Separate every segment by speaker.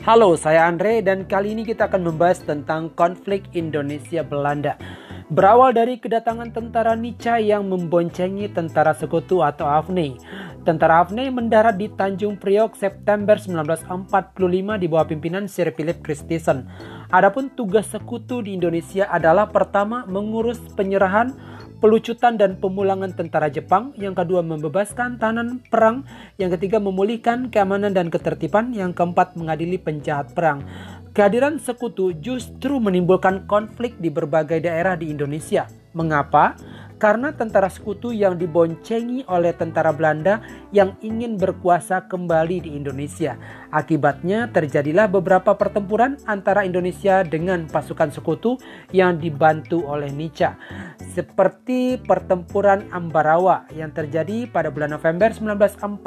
Speaker 1: Halo, saya Andre dan kali ini kita akan membahas tentang konflik Indonesia-Belanda. Berawal dari kedatangan tentara Nica yang memboncengi tentara sekutu atau AFNI. Tentara AFNI mendarat di Tanjung Priok September 1945 di bawah pimpinan Sir Philip Christison. Adapun tugas sekutu di Indonesia adalah pertama mengurus penyerahan, pelucutan dan pemulangan tentara Jepang, yang kedua membebaskan tahanan perang, yang ketiga memulihkan keamanan dan ketertiban, yang keempat mengadili penjahat perang. Kehadiran sekutu justru menimbulkan konflik di berbagai daerah di Indonesia. Mengapa? Karena tentara sekutu yang diboncengi oleh tentara Belanda yang ingin berkuasa kembali di Indonesia. Akibatnya terjadilah beberapa pertempuran antara Indonesia dengan pasukan sekutu yang dibantu oleh Nica. Seperti pertempuran Ambarawa yang terjadi pada bulan November 1945.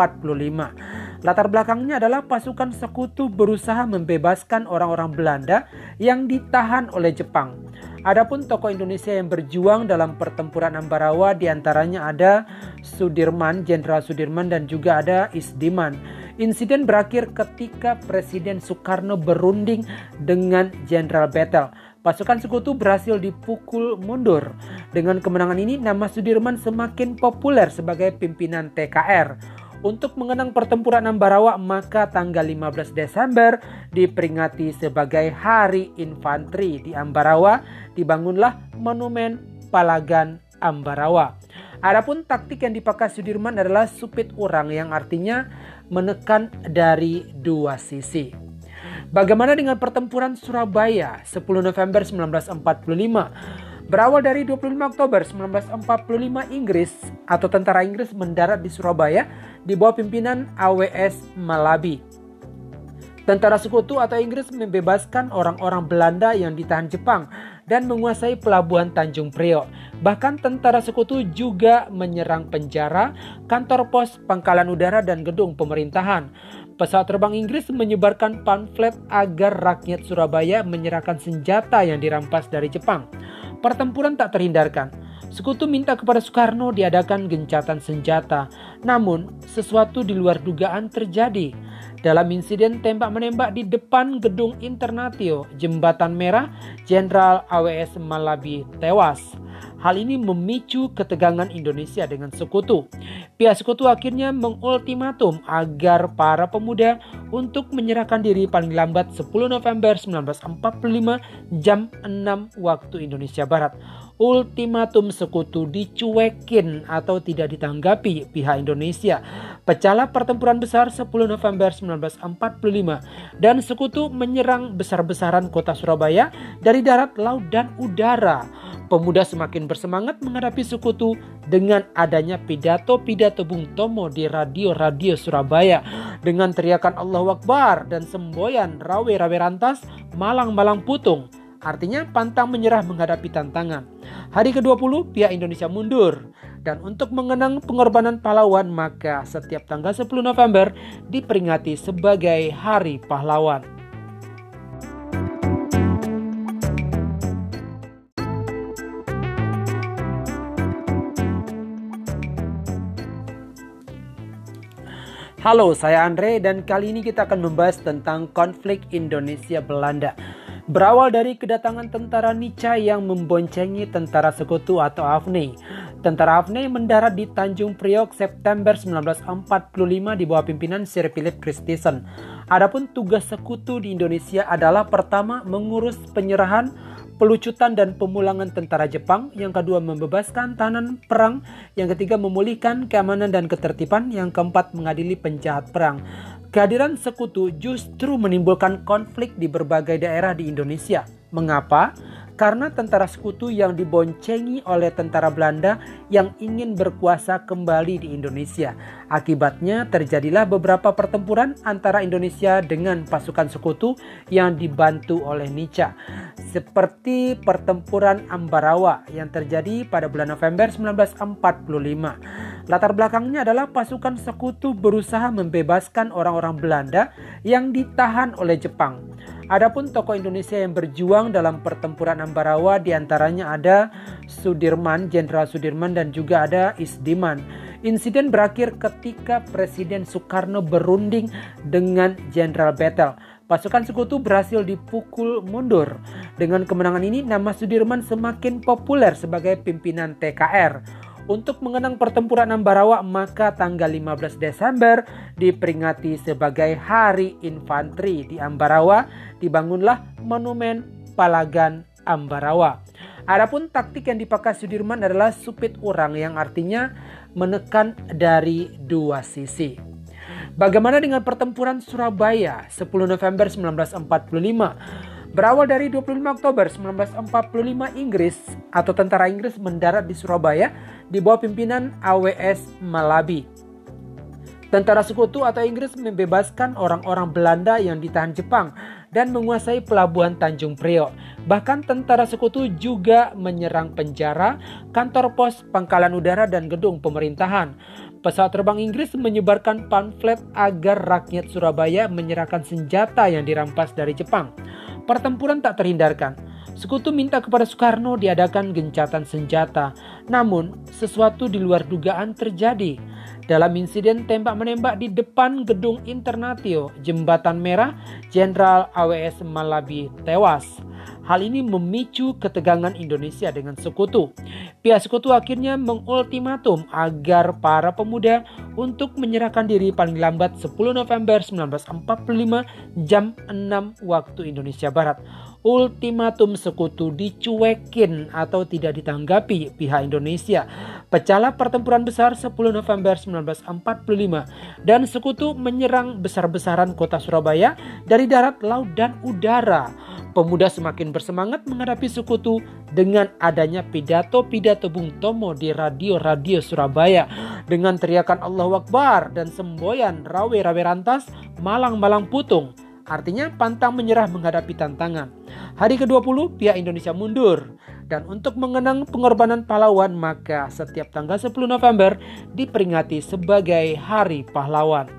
Speaker 1: Latar belakangnya adalah pasukan sekutu berusaha membebaskan orang-orang Belanda yang ditahan oleh Jepang. Adapun tokoh Indonesia yang berjuang dalam pertempuran Ambarawa diantaranya ada Sudirman, Jenderal Sudirman dan juga ada Isdiman. Insiden berakhir ketika Presiden Soekarno berunding dengan Jenderal Bettel. Pasukan sekutu berhasil dipukul mundur. Dengan kemenangan ini, nama Sudirman semakin populer sebagai pimpinan TKR. Untuk mengenang pertempuran Ambarawa, maka tanggal 15 Desember diperingati sebagai Hari Infanteri. Di Ambarawa dibangunlah Monumen Palagan Ambarawa. Adapun taktik yang dipakai Sudirman adalah supit urang, yang artinya menekan dari dua sisi. Bagaimana dengan pertempuran Surabaya 10 November 1945? Berawal dari 25 Oktober 1945, Inggris atau tentara Inggris mendarat di Surabaya di bawah pimpinan AWS Malabi. Tentara sekutu atau Inggris membebaskan orang-orang Belanda yang ditahan Jepang dan menguasai pelabuhan Tanjung Priok. Bahkan tentara sekutu juga menyerang penjara, kantor pos, pangkalan udara dan gedung pemerintahan. Pesawat terbang Inggris menyebarkan pamflet agar rakyat Surabaya menyerahkan senjata yang dirampas dari Jepang. Pertempuran tak terhindarkan. Sekutu minta kepada Soekarno diadakan gencatan senjata. Namun, sesuatu di luar dugaan terjadi. Dalam insiden tembak-menembak di depan gedung Internatio, Jembatan Merah, Jenderal AWS Malabi tewas. Hal ini memicu ketegangan Indonesia dengan sekutu. Pihak sekutu akhirnya mengultimatum agar para pemuda untuk menyerahkan diri paling lambat 10 November 1945 jam 6 waktu Indonesia Barat. Ultimatum sekutu dicuekin atau tidak ditanggapi pihak Indonesia. Pecahlah pertempuran besar 10 November 1945 dan sekutu menyerang besar-besaran kota Surabaya dari darat, laut dan udara. Pemuda semakin bersemangat menghadapi sekutu dengan adanya pidato-pidato Bung Tomo di radio-radio Surabaya dengan teriakan Allahu Akbar dan semboyan rawe-rawe rantas, malang-malang putung. Artinya pantang menyerah menghadapi tantangan. Hari ke-20 pihak Indonesia mundur. Dan untuk mengenang pengorbanan pahlawan, maka setiap tanggal 10 November diperingati sebagai Hari Pahlawan. Halo, saya Andre dan kali ini kita akan membahas tentang konflik Indonesia-Belanda. Berawal dari kedatangan tentara Nica yang memboncengi tentara sekutu atau AFNI. Tentara AFNI mendarat di Tanjung Priok September 1945 di bawah pimpinan Sir Philip Christison. Adapun tugas sekutu di Indonesia adalah pertama mengurus penyerahan, pelucutan dan pemulangan tentara Jepang, yang kedua membebaskan tahanan perang, yang ketiga memulihkan keamanan dan ketertiban, yang keempat mengadili penjahat perang. Kehadiran sekutu justru menimbulkan konflik di berbagai daerah di Indonesia. Mengapa? Karena tentara sekutu yang diboncengi oleh tentara Belanda yang ingin berkuasa kembali di Indonesia. Akibatnya terjadilah beberapa pertempuran antara Indonesia dengan pasukan sekutu yang dibantu oleh Nica. Seperti pertempuran Ambarawa yang terjadi pada bulan November 1945. Latar belakangnya adalah pasukan sekutu berusaha membebaskan orang-orang Belanda yang ditahan oleh Jepang. Adapun tokoh Indonesia yang berjuang dalam pertempuran Ambarawa diantaranya ada Sudirman, Jenderal Sudirman dan juga ada Isdiman. Insiden berakhir ketika Presiden Soekarno berunding dengan Jenderal Bettel. Pasukan sekutu berhasil dipukul mundur. Dengan kemenangan ini, nama Sudirman semakin populer sebagai pimpinan TKR. Untuk mengenang pertempuran Ambarawa, maka tanggal 15 Desember diperingati sebagai Hari Infanteri. Di Ambarawa dibangunlah Monumen Palagan Ambarawa. Adapun taktik yang dipakai Sudirman adalah supit urang, yang artinya menekan dari dua sisi. Bagaimana dengan pertempuran Surabaya 10 November 1945? Berawal dari 25 Oktober 1945, Inggris atau tentara Inggris mendarat di Surabaya di bawah pimpinan AWS Malabi. Tentara sekutu atau Inggris membebaskan orang-orang Belanda yang ditahan Jepang dan menguasai pelabuhan Tanjung Priok. Bahkan tentara sekutu juga menyerang penjara, kantor pos, pangkalan udara, dan gedung pemerintahan. Pesawat terbang Inggris menyebarkan pamflet agar rakyat Surabaya menyerahkan senjata yang dirampas dari Jepang. Pertempuran tak terhindarkan. Sekutu minta kepada Soekarno diadakan gencatan senjata. Namun, sesuatu di luar dugaan terjadi. Dalam insiden tembak-menembak di depan gedung Internatio, Jembatan Merah, Jenderal AWS Malabi tewas. Hal ini memicu ketegangan Indonesia dengan sekutu. Pihak sekutu akhirnya mengultimatum agar para pemuda untuk menyerahkan diri paling lambat 10 November 1945 jam 6 waktu Indonesia Barat. Ultimatum sekutu dicuekin atau tidak ditanggapi pihak Indonesia. Pecahlah pertempuran besar 10 November 1945 dan sekutu menyerang besar-besaran kota Surabaya dari darat, laut, dan udara. Pemuda semakin bersemangat menghadapi sekutu dengan adanya pidato-pidato Bung Tomo di radio-radio Surabaya dengan teriakan Allahu Akbar dan semboyan rawe-rawe rantas, malang-malang putung. Artinya pantang menyerah menghadapi tantangan. Hari ke-20 pihak Indonesia mundur. Dan untuk mengenang pengorbanan pahlawan, maka setiap tanggal 10 November diperingati sebagai Hari Pahlawan.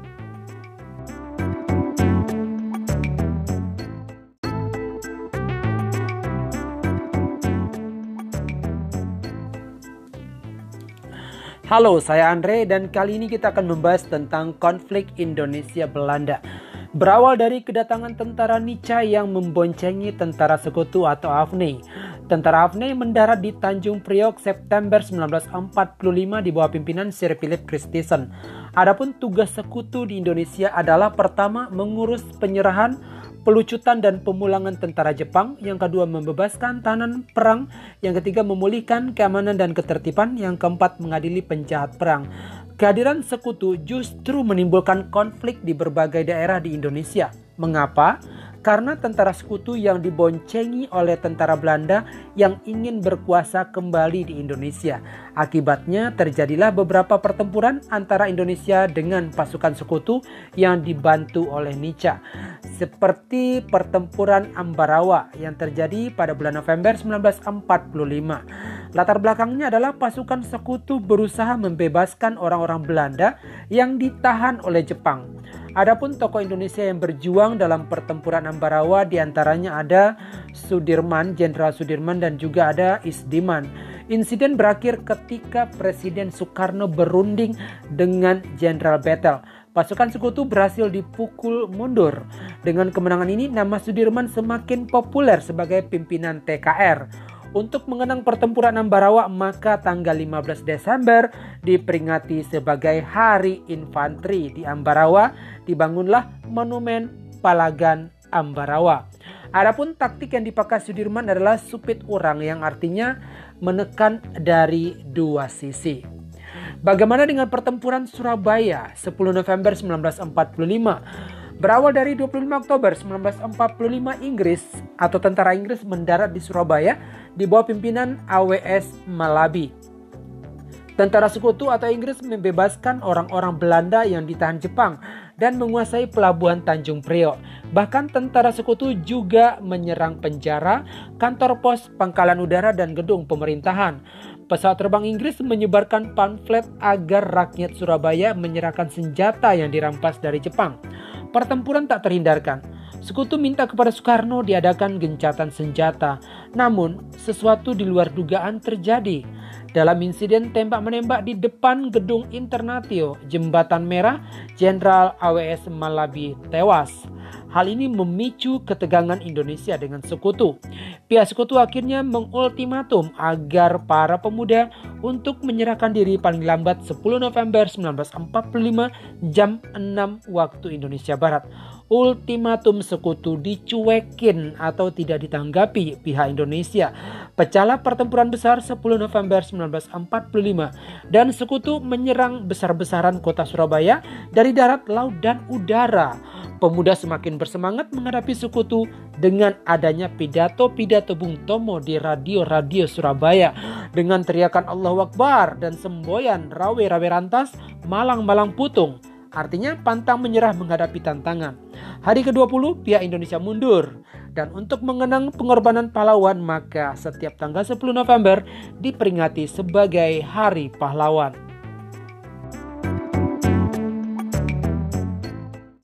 Speaker 1: Halo, saya Andre dan kali ini kita akan membahas tentang konflik Indonesia-Belanda. Berawal dari kedatangan tentara Nica yang memboncengi tentara sekutu atau AFNI. Tentara AFNI mendarat di Tanjung Priok September 1945 di bawah pimpinan Sir Philip Christison. Adapun tugas sekutu di Indonesia adalah pertama mengurus penyerahan, pelucutan dan pemulangan tentara Jepang, yang kedua membebaskan tahanan perang, yang ketiga memulihkan keamanan dan ketertiban, yang keempat mengadili penjahat perang. Kehadiran sekutu justru menimbulkan konflik di berbagai daerah di Indonesia. Mengapa? Karena tentara sekutu yang diboncengi oleh tentara Belanda yang ingin berkuasa kembali di Indonesia. Akibatnya terjadilah beberapa pertempuran antara Indonesia dengan pasukan sekutu yang dibantu oleh Nica. Seperti pertempuran Ambarawa yang terjadi pada bulan November 1945. Latar belakangnya adalah pasukan sekutu berusaha membebaskan orang-orang Belanda yang ditahan oleh Jepang. Adapun tokoh Indonesia yang berjuang dalam pertempuran Ambarawa diantaranya ada Sudirman, Jenderal Sudirman, dan juga ada Isdiman. Insiden berakhir ketika Presiden Soekarno berunding dengan Jenderal Bettel. Pasukan sekutu berhasil dipukul mundur. Dengan kemenangan ini, nama Sudirman semakin populer sebagai pimpinan TKR. Untuk mengenang pertempuran Ambarawa, maka tanggal 15 Desember diperingati sebagai Hari Infanteri. Di Ambarawa dibangunlah Monumen Palagan Ambarawa. Adapun taktik yang dipakai Sudirman adalah supit urang, yang artinya menekan dari dua sisi. Bagaimana dengan pertempuran Surabaya 10 November 1945? Berawal dari 25 Oktober 1945, Inggris atau tentara Inggris mendarat di Surabaya di bawah pimpinan AWS Malabi. Tentara sekutu atau Inggris membebaskan orang-orang Belanda yang ditahan Jepang dan menguasai pelabuhan Tanjung Priok. Bahkan tentara sekutu juga menyerang penjara, kantor pos, pangkalan udara, dan gedung pemerintahan. Pesawat terbang Inggris menyebarkan pamflet agar rakyat Surabaya menyerahkan senjata yang dirampas dari Jepang. Pertempuran tak terhindarkan. Sekutu minta kepada Soekarno diadakan gencatan senjata. Namun, sesuatu di luar dugaan terjadi. Dalam insiden tembak-menembak di depan gedung Internatio, Jembatan Merah, Jenderal AWS Malabi tewas. Hal ini memicu ketegangan Indonesia dengan sekutu. Pihak sekutu akhirnya mengultimatum agar para pemuda untuk menyerahkan diri paling lambat 10 November 1945 jam 6 waktu Indonesia Barat. Ultimatum sekutu dicuekin atau tidak ditanggapi pihak Indonesia. Pecahlah pertempuran besar 10 November 1945 dan sekutu menyerang besar-besaran kota Surabaya dari darat, laut, dan udara. Pemuda semakin bersemangat menghadapi sekutu dengan adanya pidato-pidato Bung Tomo di radio-radio Surabaya dengan teriakan Allahu Akbar dan semboyan rawe-rawe rantas, malang-malang putung. Artinya pantang menyerah menghadapi tantangan. Hari ke-20 pihak Indonesia mundur. Dan untuk mengenang pengorbanan pahlawan, maka setiap tanggal 10 November diperingati sebagai Hari Pahlawan.